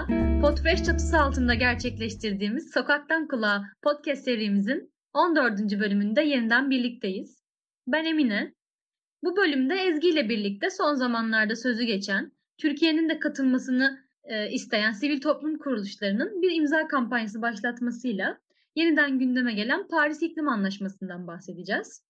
Podfresh çatısı altında gerçekleştirdiğimiz Sokaktan Kulağa podcast serimizin 14. bölümünde yeniden birlikteyiz. Ben Emine. Bu bölümde Ezgi ile birlikte son zamanlarda sözü geçen, Türkiye'nin de katılmasını isteyen sivil toplum kuruluşlarının bir imza kampanyası başlatmasıyla yeniden gündeme gelen Paris İklim Anlaşması'ndan bahsedeceğiz.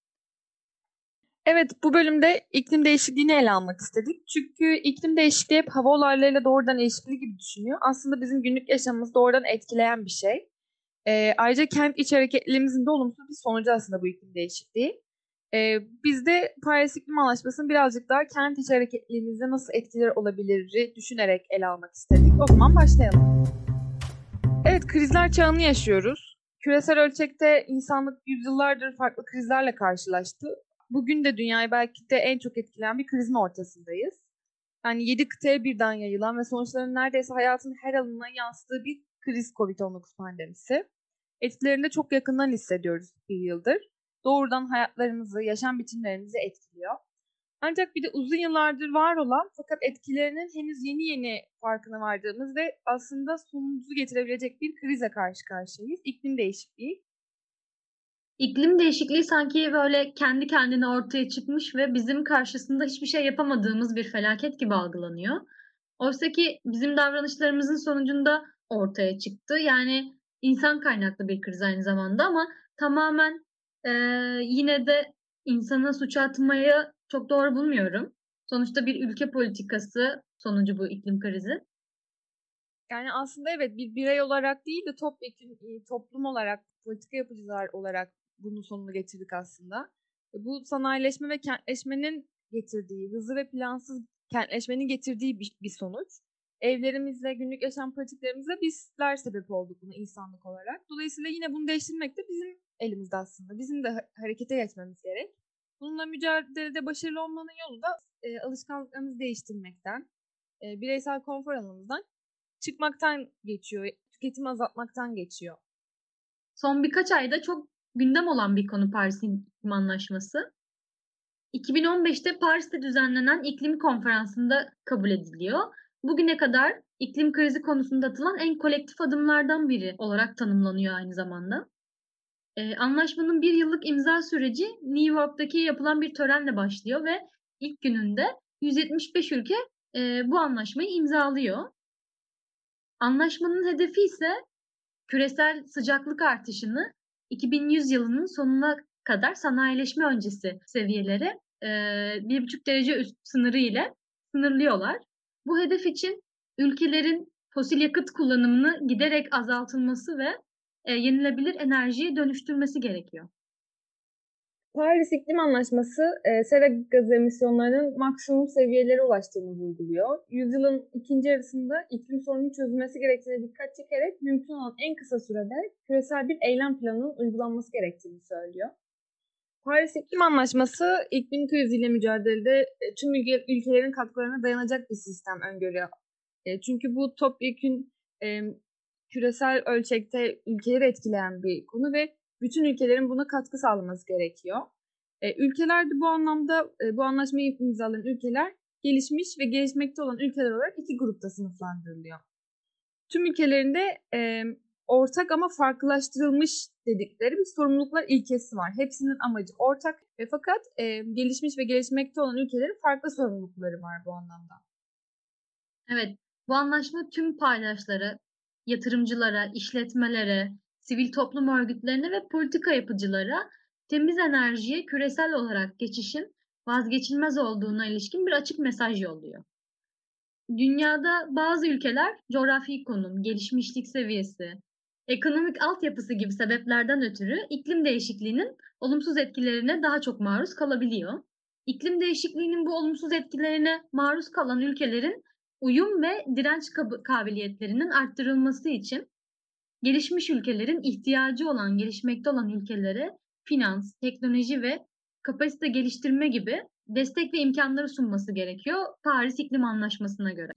Evet, bu bölümde iklim değişikliğini ele almak istedik. Çünkü iklim değişikliği hep hava olaylarıyla doğrudan ilişkili gibi düşünüyor. Aslında bizim günlük yaşamımızı doğrudan etkileyen bir şey. Ayrıca kent içi hareketliliğimizin de olumsuz bir sonucu aslında bu iklim değişikliği. Biz de Paris İklim Anlaşması'nın birazcık daha kent içi hareketliliğimizde nasıl etkiler olabilir düşünerek ele almak istedik. O zaman başlayalım. Evet, krizler çağını yaşıyoruz. Küresel ölçekte insanlık yüzyıllardır farklı krizlerle karşılaştı. Bugün de dünyayı belki de en çok etkileyen bir krizin ortasındayız. Yani 7 kıtaya birden yayılan ve sonuçlarının neredeyse hayatın her alanına yansıdığı bir kriz COVID-19 pandemisi. Etkilerini de çok yakından hissediyoruz bir yıldır. Doğrudan hayatlarımızı, yaşam biçimlerimizi etkiliyor. Ancak bir de uzun yıllardır var olan fakat etkilerinin henüz yeni farkına vardığımız ve aslında sonumuzu getirebilecek bir krize karşı karşıyayız. İklim değişikliği. İklim değişikliği sanki böyle kendi kendine ortaya çıkmış ve bizim karşısında hiçbir şey yapamadığımız bir felaket gibi algılanıyor. Oysa ki bizim davranışlarımızın sonucunda ortaya çıktı. Yani insan kaynaklı bir kriz aynı zamanda ama tamamen yine de insana suç atmayı çok doğru bulmuyorum. Sonuçta bir ülke politikası sonucu bu iklim krizi. Yani aslında evet, bir birey olarak değil de toplum olarak, politika yapıcılar olarak bunun sonunu getirdik aslında. Bu sanayileşme ve kentleşmenin getirdiği, hızlı ve plansız kentleşmenin getirdiği bir sonuç. Evlerimizle, günlük yaşam pratiklerimizle bizler sebep olduk buna insanlık olarak. Dolayısıyla yine bunu değiştirmek de bizim elimizde aslında. Bizim de harekete geçmemiz gerek. Bununla mücadelede başarılı olmanın yolu da alışkanlıklarımızı değiştirmekten, bireysel konfor alanımızdan çıkmaktan geçiyor, tüketimi azaltmaktan geçiyor. Son birkaç ayda çok gündem olan bir konu Paris İklim Anlaşması. 2015'te Paris'te düzenlenen iklim konferansında kabul ediliyor. Bugüne kadar iklim krizi konusunda atılan en kolektif adımlardan biri olarak tanımlanıyor aynı zamanda. Anlaşmanın bir yıllık imza süreci New York'taki yapılan bir törenle başlıyor ve ilk gününde 175 ülke bu anlaşmayı imzalıyor. Anlaşmanın hedefi ise küresel sıcaklık artışını 2100 yılının sonuna kadar sanayileşme öncesi seviyelere 1,5 derece üst sınırı ile sınırlıyorlar. Bu hedef için ülkelerin fosil yakıt kullanımını giderek azaltılması ve yenilebilir enerjiye dönüştürmesi gerekiyor. Paris İklim Anlaşması sera gazı emisyonlarının maksimum seviyelere ulaştığını vurguluyor. Yüzyılın ikinci yarısında iklim sorununun çözülmesi gerektiğine dikkat çekerek mümkün olan en kısa sürede küresel bir eylem planının uygulanması gerektiğini söylüyor. Paris İklim Anlaşması iklim kriziyle mücadelede tüm ülkelerin katkılarına dayanacak bir sistem öngörüyor. Çünkü bu topyekün küresel ölçekte ülkeleri etkileyen bir konu ve bütün ülkelerin buna katkı sağlaması gerekiyor. Ülkeler de bu anlamda bu anlaşmayı imzalayan ülkeler gelişmiş ve gelişmekte olan ülkeler olarak iki grupta sınıflandırılıyor. Tüm ülkelerinde ortak ama farklılaştırılmış dedikleri bir sorumluluklar ilkesi var. Hepsinin amacı ortak fakat gelişmiş ve gelişmekte olan ülkelerin farklı sorumlulukları var bu anlamda. Evet, bu anlaşma tüm paydaşlara, yatırımcılara, işletmelere, sivil toplum örgütlerine ve politika yapıcılara temiz enerjiye küresel olarak geçişin vazgeçilmez olduğuna ilişkin bir açık mesaj yolluyor. Dünyada bazı ülkeler coğrafi konum, gelişmişlik seviyesi, ekonomik altyapısı gibi sebeplerden ötürü iklim değişikliğinin olumsuz etkilerine daha çok maruz kalabiliyor. İklim değişikliğinin bu olumsuz etkilerine maruz kalan ülkelerin uyum ve direnç kabiliyetlerinin arttırılması için gelişmiş ülkelerin ihtiyacı olan, gelişmekte olan ülkelere finans, teknoloji ve kapasite geliştirme gibi destek ve imkanları sunması gerekiyor Paris İklim Anlaşması'na göre.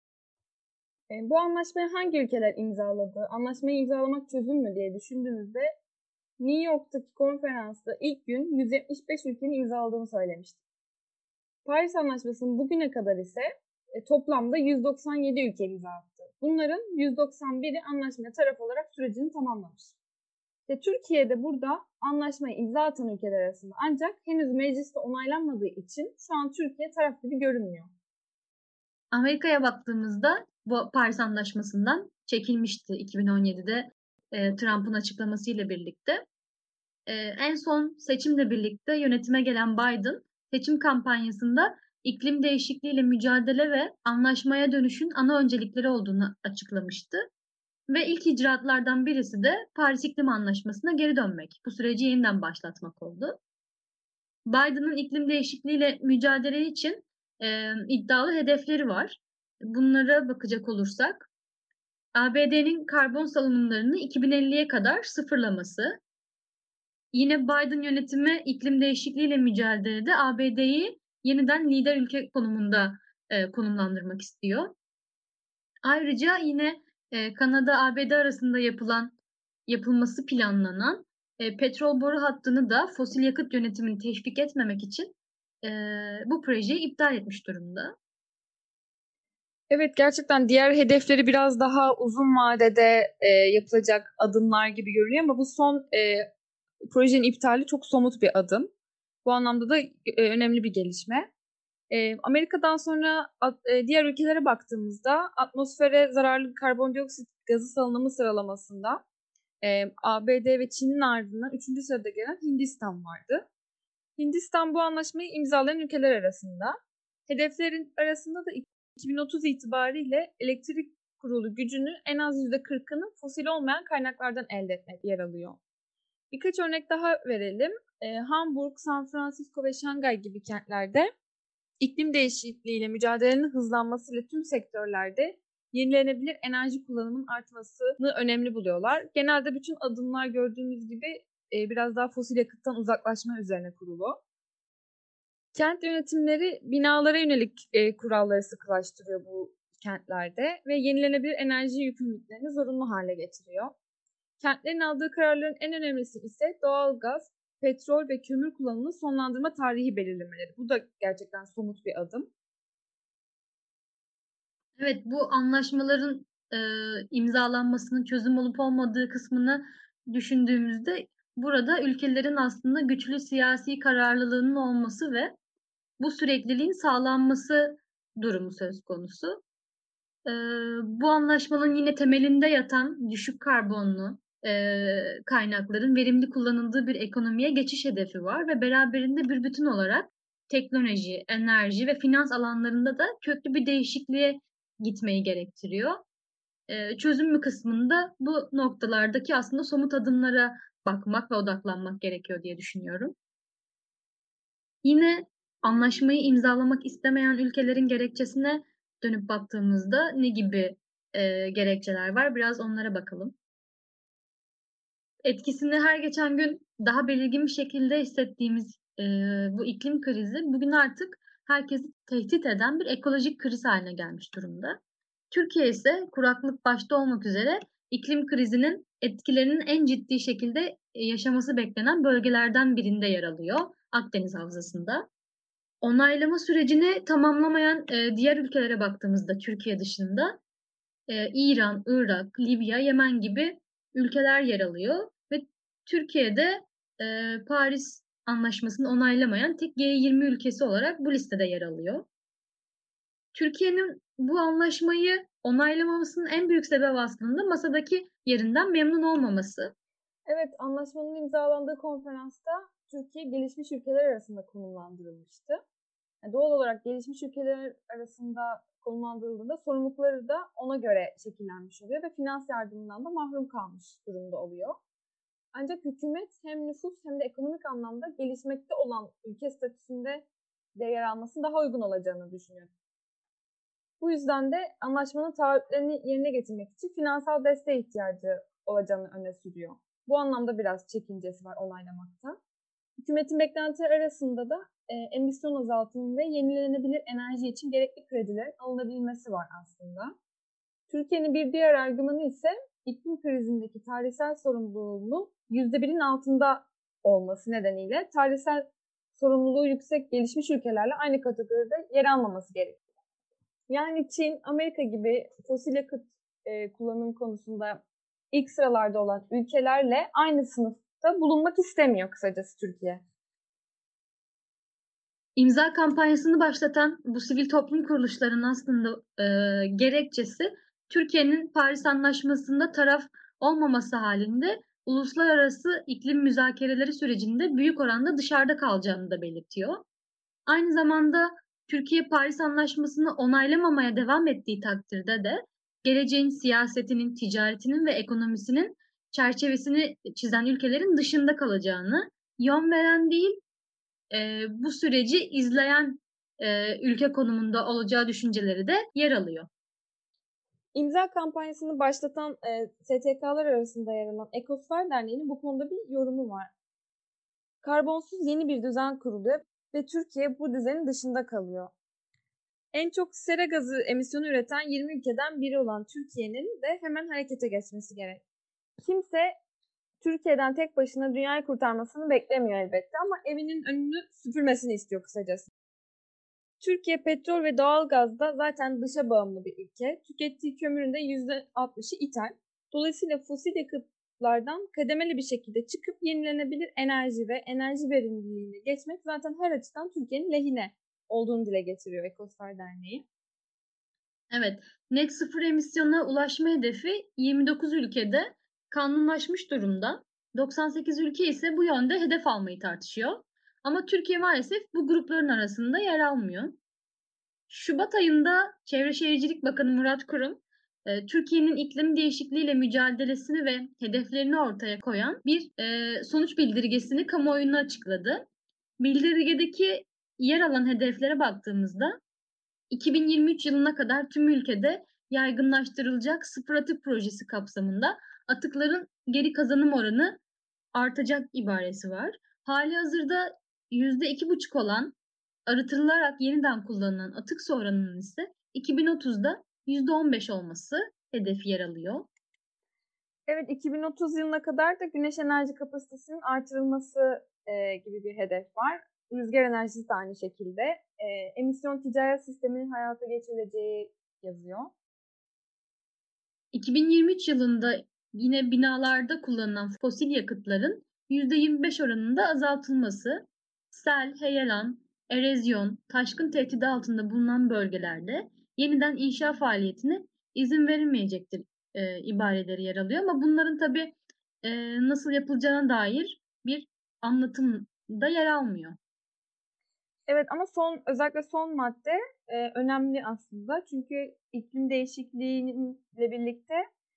Bu anlaşmayı hangi ülkeler imzaladı? Anlaşmayı imzalamak çözüm mü diye düşündüğünüzde New York'taki konferansta ilk gün 175 ülkenin imzaladığını söylemiştik. Paris Anlaşması'nın bugüne kadar ise toplamda 197 ülke imza attı. Bunların 191'i anlaşmaya taraf olarak sürecini tamamlamış. Ve Türkiye'de burada anlaşmaya imza atan ülkeler arasında, ancak henüz mecliste onaylanmadığı için şu an Türkiye taraf gibi görünmüyor. Amerika'ya baktığımızda bu Paris Anlaşması'ndan çekilmişti 2017'de Trump'ın açıklamasıyla birlikte. En son seçimle birlikte yönetime gelen Biden, seçim kampanyasında iklim değişikliğiyle mücadele ve anlaşmaya dönüşün ana öncelikleri olduğunu açıklamıştı. Ve ilk icraatlardan birisi de Paris İklim Anlaşması'na geri dönmek, bu süreci yeniden başlatmak oldu. Biden'ın iklim değişikliğiyle mücadele için iddialı hedefleri var. Bunlara bakacak olursak, ABD'nin karbon salınımlarını 2050'ye kadar sıfırlaması, yine Biden yönetimi iklim değişikliğiyle mücadelede ABD'yi yeniden lider ülke konumunda konumlandırmak istiyor. Ayrıca yine Kanada, ABD arasında yapılması planlanan petrol boru hattını da fosil yakıt yönetimini teşvik etmemek için bu projeyi iptal etmiş durumda. Evet, gerçekten diğer hedefleri biraz daha uzun vadede yapılacak adımlar gibi görünüyor ama bu son projenin iptali çok somut bir adım. Bu anlamda da önemli bir gelişme. Amerika'dan sonra diğer ülkelere baktığımızda atmosfere zararlı karbondioksit gazı salınımı sıralamasında ABD ve Çin'in ardından 3. sırada gelen Hindistan vardı. Hindistan bu anlaşmayı imzalayan ülkeler arasında. Hedeflerin arasında da 2030 itibariyle elektrik kurulu gücünü en az %40'ını fosil olmayan kaynaklardan elde etmek yer alıyor. Birkaç örnek daha verelim. Hamburg, San Francisco ve Şangay gibi kentlerde iklim değişikliğiyle mücadelenin hızlanmasıyla tüm sektörlerde yenilenebilir enerji kullanımının artmasını önemli buluyorlar. Genelde bütün adımlar gördüğümüz gibi biraz daha fosil yakıttan uzaklaşma üzerine kurulu. Kent yönetimleri binalara yönelik kuralları sıkılaştırıyor bu kentlerde ve yenilenebilir enerji yükümlülüklerini zorunlu hale getiriyor. Kentlerin aldığı kararların en önemlisi ise doğalgaz, petrol ve kömür kullanımını sonlandırma tarihi belirlemeleri. Bu da gerçekten somut bir adım. Evet, bu anlaşmaların imzalanmasının çözüm olup olmadığı kısmını düşündüğümüzde burada ülkelerin aslında güçlü siyasi kararlılığının olması ve bu sürekliliğin sağlanması durumu söz konusu. Bu anlaşmanın yine temelinde yatan düşük karbonlu kaynakların verimli kullanıldığı bir ekonomiye geçiş hedefi var ve beraberinde bir bütün olarak teknoloji, enerji ve finans alanlarında da köklü bir değişikliğe gitmeyi gerektiriyor. Çözüm kısmında bu noktalardaki aslında somut adımlara bakmak ve odaklanmak gerekiyor diye düşünüyorum. Yine anlaşmayı imzalamak istemeyen ülkelerin gerekçesine dönüp baktığımızda ne gibi gerekçeler var? Biraz onlara bakalım. Etkisini her geçen gün daha belirgin bir şekilde hissettiğimiz bu iklim krizi bugün artık herkesi tehdit eden bir ekolojik kriz haline gelmiş durumda. Türkiye ise kuraklık başta olmak üzere iklim krizinin etkilerinin en ciddi şekilde yaşaması beklenen bölgelerden birinde yer alıyor, Akdeniz Havzası'nda. Onaylama sürecini tamamlamayan diğer ülkelere baktığımızda Türkiye dışında İran, Irak, Libya, Yemen gibi ülkeler yer alıyor ve Türkiye'de Paris Anlaşması'nı onaylamayan tek G20 ülkesi olarak bu listede yer alıyor. Türkiye'nin bu anlaşmayı onaylamamasının en büyük sebebi aslında masadaki yerinden memnun olmaması. Evet, anlaşmanın imzalandığı konferansta Türkiye gelişmiş ülkeler arasında konumlandırılmıştı. Doğal olarak gelişmiş ülkeler arasında konumlandırıldığında sorumlulukları da ona göre şekillenmiş oluyor ve finans yardımından da mahrum kalmış durumda oluyor. Ancak hükümet hem nüfus hem de ekonomik anlamda gelişmekte olan ülke statüsünde de yer almasının daha uygun olacağını düşünüyor. Bu yüzden de anlaşmanın taahhütlerini yerine getirmek için finansal desteğe ihtiyacı olacağını öne sürüyor. Bu anlamda biraz çekincesi var onaylamakta. Hükümetin beklentileri arasında da emisyon azaltımı ve yenilenebilir enerji için gerekli kredilerin alınabilmesi var aslında. Türkiye'nin bir diğer argümanı ise iklim krizindeki tarihsel sorumluluğunun %1'in altında olması nedeniyle tarihsel sorumluluğu yüksek gelişmiş ülkelerle aynı kategoride yer almaması gerekiyor. Yani Çin, Amerika gibi fosil yakıt kullanım konusunda ilk sıralarda olan ülkelerle aynı sınıfta bulunmak istemiyor kısacası Türkiye. İmza kampanyasını başlatan bu sivil toplum kuruluşlarının aslında gerekçesi Türkiye'nin Paris Anlaşması'nda taraf olmaması halinde uluslararası iklim müzakereleri sürecinde büyük oranda dışarıda kalacağını da belirtiyor. Aynı zamanda Türkiye Paris Anlaşması'nı onaylamamaya devam ettiği takdirde de geleceğin siyasetinin, ticaretinin ve ekonomisinin çerçevesini çizen ülkelerin dışında kalacağını, yön veren değil, bu süreci izleyen ülke konumunda olacağı düşünceleri de yer alıyor. İmza kampanyasını başlatan STK'lar arasında yer alan Ekosfer Derneği'nin bu konuda bir yorumu var. Karbonsuz yeni bir düzen kuruluyor ve Türkiye bu düzenin dışında kalıyor. En çok sera gazı emisyonu üreten 20 ülkeden biri olan Türkiye'nin de hemen harekete geçmesi gerek. Kimse Türkiye'den tek başına dünyayı kurtarmasını beklemiyor elbette ama evinin önünü süpürmesini istiyor kısacası. Türkiye petrol ve doğalgazda zaten dışa bağımlı bir ülke. Tükettiği kömürün de %60'ı ithal. Dolayısıyla fosil yakıtlardan kademeli bir şekilde çıkıp yenilenebilir enerji ve enerji verimliliğine geçmek zaten her açıdan Türkiye'nin lehine olduğunu dile getiriyor Ekosfer Derneği. Evet, net sıfır emisyona ulaşma hedefi 29 ülkede kanunlaşmış durumda. 98 ülke ise bu yönde hedef almayı tartışıyor. Ama Türkiye maalesef bu grupların arasında yer almıyor. Şubat ayında Çevre Şehircilik Bakanı Murat Kurum, Türkiye'nin iklim değişikliğiyle mücadelesini ve hedeflerini ortaya koyan bir sonuç bildirgesini kamuoyuna açıkladı. Bildirgedeki yer alan hedeflere baktığımızda 2023 yılına kadar tüm ülkede yaygınlaştırılacak sıfır atık projesi kapsamında atıkların geri kazanım oranı artacak ibaresi var. Halihazırda %2,5 olan arıtılarak yeniden kullanılan atık su oranının ise 2030'da %15 olması hedefi yer alıyor. Evet, 2030 yılına kadar da güneş enerji kapasitesinin artırılması gibi bir hedef var. Rüzgar enerjisi de aynı şekilde. Emisyon ticaret sisteminin hayata geçirileceği yazıyor. 2023 yılında yine binalarda kullanılan fosil yakıtların %25 oranında azaltılması, sel, heyelan, erozyon, taşkın tehdidi altında bulunan bölgelerde yeniden inşa faaliyetine izin verilmeyecektir ibareleri yer alıyor. Ama bunların tabii nasıl yapılacağına dair bir anlatım da yer almıyor. Evet ama özellikle son madde önemli aslında. Çünkü iklim değişikliğiyle birlikte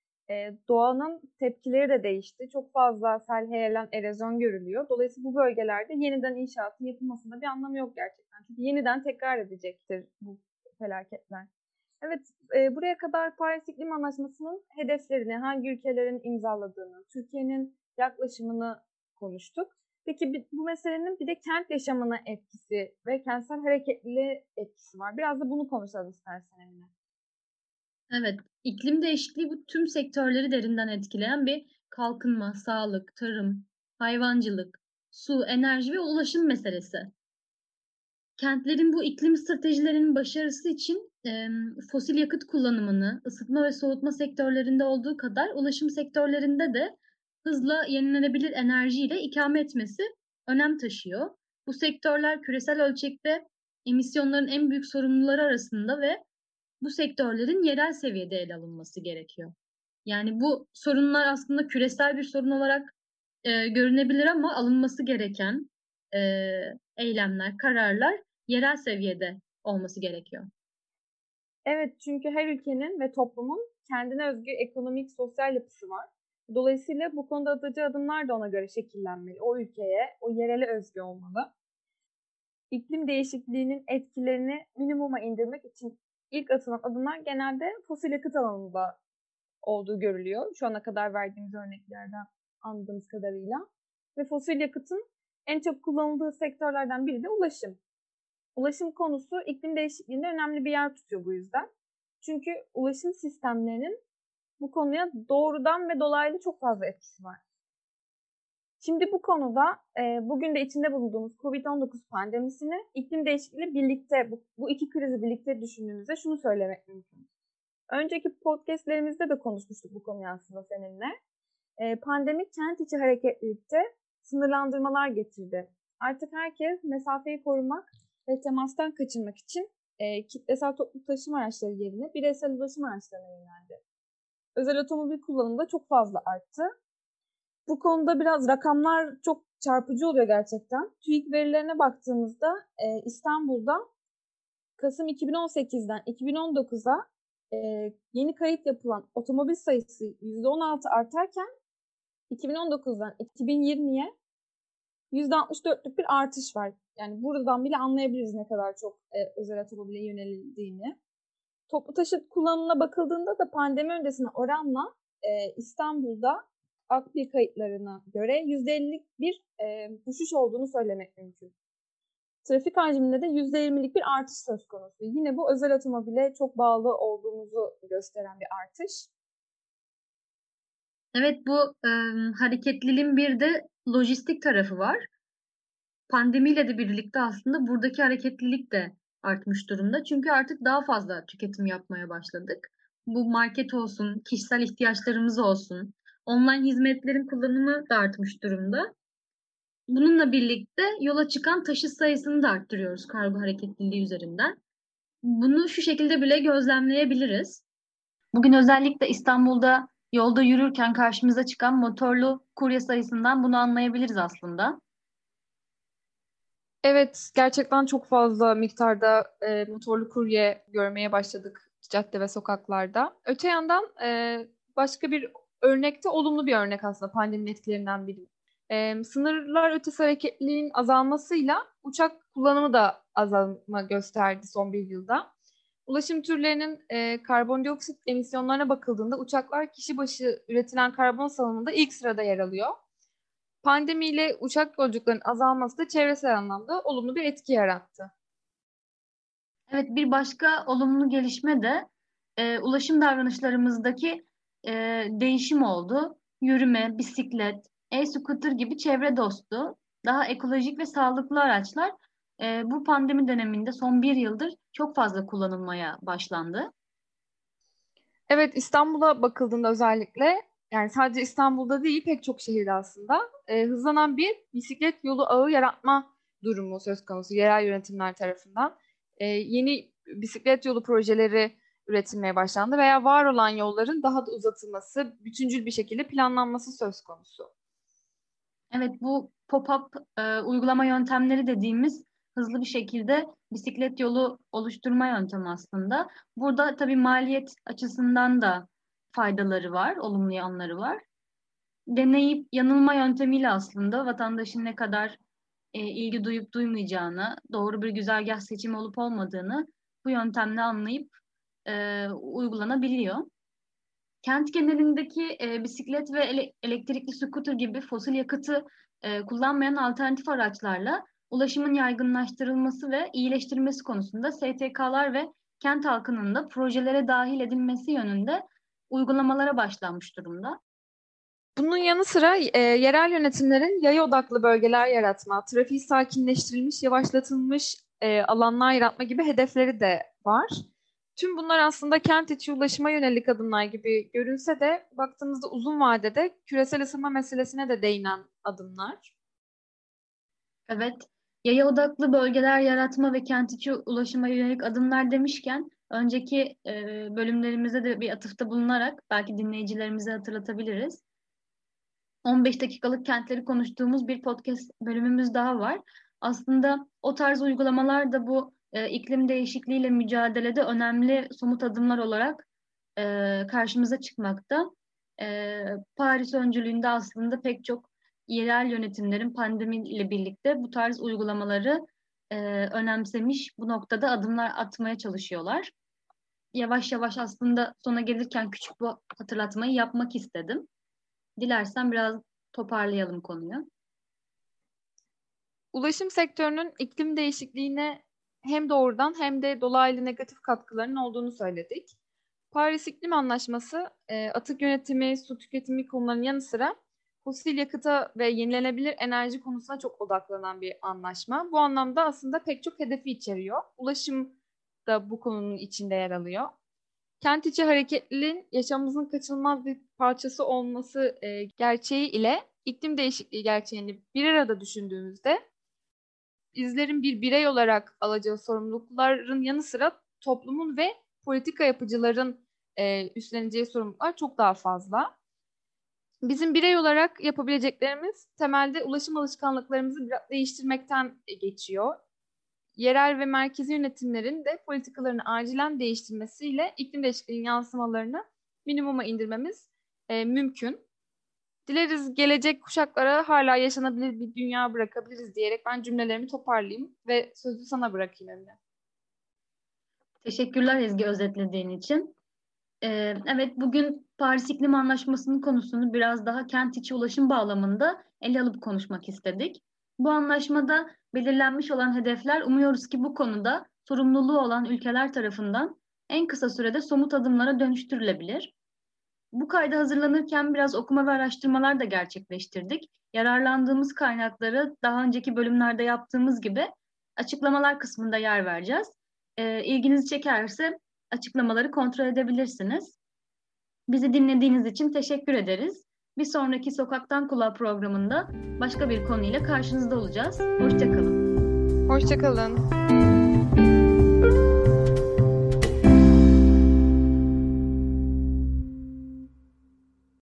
doğanın tepkileri de değişti. Çok fazla sel, heyelan, erozyon görülüyor. Dolayısıyla bu bölgelerde yeniden inşaatın yapılmasında bir anlamı yok gerçekten. Çünkü yeniden tekrar edecektir bu felaketler. Evet, buraya kadar Paris İklim Anlaşması'nın hedeflerini, hangi ülkelerin imzaladığını, Türkiye'nin yaklaşımını konuştuk. Peki bu meselenin bir de kent yaşamına etkisi ve kentsel hareketliliğe etkisi var. Biraz da bunu konuşalım istersen Emine. Evet, iklim değişikliği bu tüm sektörleri derinden etkileyen bir kalkınma, sağlık, tarım, hayvancılık, su, enerji ve ulaşım meselesi. Kentlerin bu iklim stratejilerinin başarısı için fosil yakıt kullanımını ısıtma ve soğutma sektörlerinde olduğu kadar ulaşım sektörlerinde de hızla yenilenebilir enerjiyle ikame etmesi önem taşıyor. Bu sektörler küresel ölçekte emisyonların en büyük sorumluları arasında ve bu sektörlerin yerel seviyede ele alınması gerekiyor. Yani bu sorunlar aslında küresel bir sorun olarak görünebilir ama alınması gereken eylemler, kararlar yerel seviyede olması gerekiyor. Evet, çünkü her ülkenin ve toplumun kendine özgü ekonomik, sosyal yapısı var. Dolayısıyla bu konuda atacağı adımlar da ona göre şekillenmeli. O ülkeye, o yerele özgü olmalı. İklim değişikliğinin etkilerini minimuma indirmek için ilk atılan adımlar genelde fosil yakıt alanında olduğu görülüyor. Şu ana kadar verdiğimiz örneklerden anladığımız kadarıyla. Ve fosil yakıtın en çok kullanıldığı sektörlerden biri de ulaşım. Ulaşım konusu iklim değişikliğinde önemli bir yer tutuyor bu yüzden. Çünkü ulaşım sistemlerinin bu konuya doğrudan ve dolaylı çok fazla etkisi var. Şimdi bu konuda bugün de içinde bulunduğumuz COVID-19 pandemisini iklim değişikliğiyle birlikte, bu iki krizi birlikte düşündüğümüzde şunu söylemek mümkün. Önceki podcastlerimizde de konuşmuştuk bu konuyu aslında seninle. Pandemi kent içi hareketlilikte sınırlandırmalar getirdi. Artık herkes mesafeyi korumak ve temastan kaçınmak için kitlesel toplu taşıma araçları yerine bireysel ulaşım araçlarına yöneldi. Özel otomobil kullanımı da çok fazla arttı. Bu konuda biraz rakamlar çok çarpıcı oluyor gerçekten. TÜİK verilerine baktığımızda İstanbul'da Kasım 2018'den 2019'a yeni kayıt yapılan otomobil sayısı %16 artarken 2019'dan 2020'ye %64'lük bir artış var. Yani buradan bile anlayabiliriz ne kadar çok özel otomobile yönelildiğini. Toplu taşıt kullanımına bakıldığında da pandemi öncesine oranla İstanbul'da akbil kayıtlarına göre %50'lik bir düşüş olduğunu söylemek mümkün. Trafik hacminde de %20'lik bir artış söz konusu. Yine bu özel otomobile çok bağlı olduğumuzu gösteren bir artış. Evet, bu hareketliliğin bir de lojistik tarafı var. Pandemiyle de birlikte aslında buradaki hareketlilik de artmış durumda. Çünkü artık daha fazla tüketim yapmaya başladık. Bu market olsun, kişisel ihtiyaçlarımız olsun, online hizmetlerin kullanımı da artmış durumda. Bununla birlikte yola çıkan taşıt sayısını da arttırıyoruz kargo hareketliliği üzerinden. Bunu şu şekilde bile gözlemleyebiliriz. Bugün özellikle İstanbul'da yolda yürürken karşımıza çıkan motorlu kurye sayısından bunu anlayabiliriz aslında. Evet, gerçekten çok fazla miktarda motorlu kurye görmeye başladık cadde ve sokaklarda. Öte yandan başka bir örnekte olumlu bir örnek aslında pandeminin etkilerinden biri. Sınırlar ötesi hareketliliğin azalmasıyla uçak kullanımı da azalma gösterdi son bir yılda. Ulaşım türlerinin karbondioksit emisyonlarına bakıldığında uçaklar kişi başı üretilen karbon salınımında ilk sırada yer alıyor. Pandemiyle uçak yolculuklarının azalması da çevresel anlamda olumlu bir etki yarattı. Evet, bir başka olumlu gelişme de ulaşım davranışlarımızdaki değişim oldu. Yürüme, bisiklet, e-scooter gibi çevre dostu, daha ekolojik ve sağlıklı araçlar bu pandemi döneminde son bir yıldır çok fazla kullanılmaya başlandı. Evet, İstanbul'a bakıldığında özellikle yani sadece İstanbul'da değil pek çok şehirde aslında hızlanan bir bisiklet yolu ağı yaratma durumu söz konusu yerel yönetimler tarafından. Yeni bisiklet yolu projeleri üretilmeye başlandı veya var olan yolların daha da uzatılması, bütüncül bir şekilde planlanması söz konusu. Evet, bu pop-up uygulama yöntemleri dediğimiz hızlı bir şekilde bisiklet yolu oluşturma yöntemi aslında. Burada tabii maliyet açısından da faydaları var, olumlu yanları var. Deneyip yanılma yöntemiyle aslında vatandaşın ne kadar ilgi duyup duymayacağını, doğru bir güzergah seçimi olup olmadığını bu yöntemle anlayıp uygulanabiliyor. Kent genelindeki bisiklet ve elektrikli scooter gibi fosil yakıtı kullanmayan alternatif araçlarla ulaşımın yaygınlaştırılması ve iyileştirilmesi konusunda STK'lar ve kent halkının da projelere dahil edilmesi yönünde uygulamalara başlanmış durumda. Bunun yanı sıra yerel yönetimlerin yaya odaklı bölgeler yaratma, trafiği sakinleştirilmiş, yavaşlatılmış alanlar yaratma gibi hedefleri de var. Tüm bunlar aslında kent içi ulaşıma yönelik adımlar gibi görünse de baktığımızda uzun vadede küresel ısınma meselesine de değinen adımlar. Evet, yaya odaklı bölgeler yaratma ve kent içi ulaşıma yönelik adımlar demişken önceki bölümlerimize de bir atıfta bulunarak belki dinleyicilerimize hatırlatabiliriz. 15 dakikalık kentleri konuştuğumuz bir podcast bölümümüz daha var. Aslında o tarz uygulamalar da bu iklim değişikliğiyle mücadelede önemli somut adımlar olarak karşımıza çıkmakta. Paris öncülüğünde aslında pek çok yerel yönetimlerin pandemiyle birlikte bu tarz uygulamaları önemsemiş, bu noktada adımlar atmaya çalışıyorlar. Yavaş yavaş aslında sona gelirken küçük bu hatırlatmayı yapmak istedim. Dilersen biraz toparlayalım konuyu. Ulaşım sektörünün iklim değişikliğine hem doğrudan hem de dolaylı negatif katkılarının olduğunu söyledik. Paris İklim Anlaşması, atık yönetimi, su tüketimi konularının yanı sıra fosil yakıta ve yenilenebilir enerji konusuna çok odaklanan bir anlaşma. Bu anlamda aslında pek çok hedefi içeriyor. Ulaşım da bu konunun içinde yer alıyor. Kent içi hareketliliğin yaşamımızın kaçınılmaz bir parçası olması gerçeği ile iklim değişikliği gerçeğini bir arada düşündüğümüzde bizlerin bir birey olarak alacağı sorumlulukların yanı sıra toplumun ve politika yapıcıların üstleneceği sorumluluklar çok daha fazla. Bizim birey olarak yapabileceklerimiz temelde ulaşım alışkanlıklarımızı biraz değiştirmekten geçiyor. Yerel ve merkezi yönetimlerin de politikalarını acilen değiştirmesiyle iklim değişikliğinin yansımalarını minimuma indirmemiz mümkün. Dileriz gelecek kuşaklara hala yaşanabilir bir dünya bırakabiliriz diyerek ben cümlelerimi toparlayayım ve sözü sana bırakayım Emre. Teşekkürler Ezgi özetlediğin için. Evet, bugün Paris İklim Anlaşması'nın konusunu biraz daha kent içi ulaşım bağlamında ele alıp konuşmak istedik. Bu anlaşmada belirlenmiş olan hedefler umuyoruz ki bu konuda sorumluluğu olan ülkeler tarafından en kısa sürede somut adımlara dönüştürülebilir. Bu kayda hazırlanırken biraz okuma ve araştırmalar da gerçekleştirdik. Yararlandığımız kaynakları daha önceki bölümlerde yaptığımız gibi açıklamalar kısmında yer vereceğiz. İlginizi çekerse açıklamaları kontrol edebilirsiniz. Bizi dinlediğiniz için teşekkür ederiz. Bir sonraki Sokaktan Kulağa programında başka bir konuyla karşınızda olacağız. Hoşça kalın. Hoşça kalın.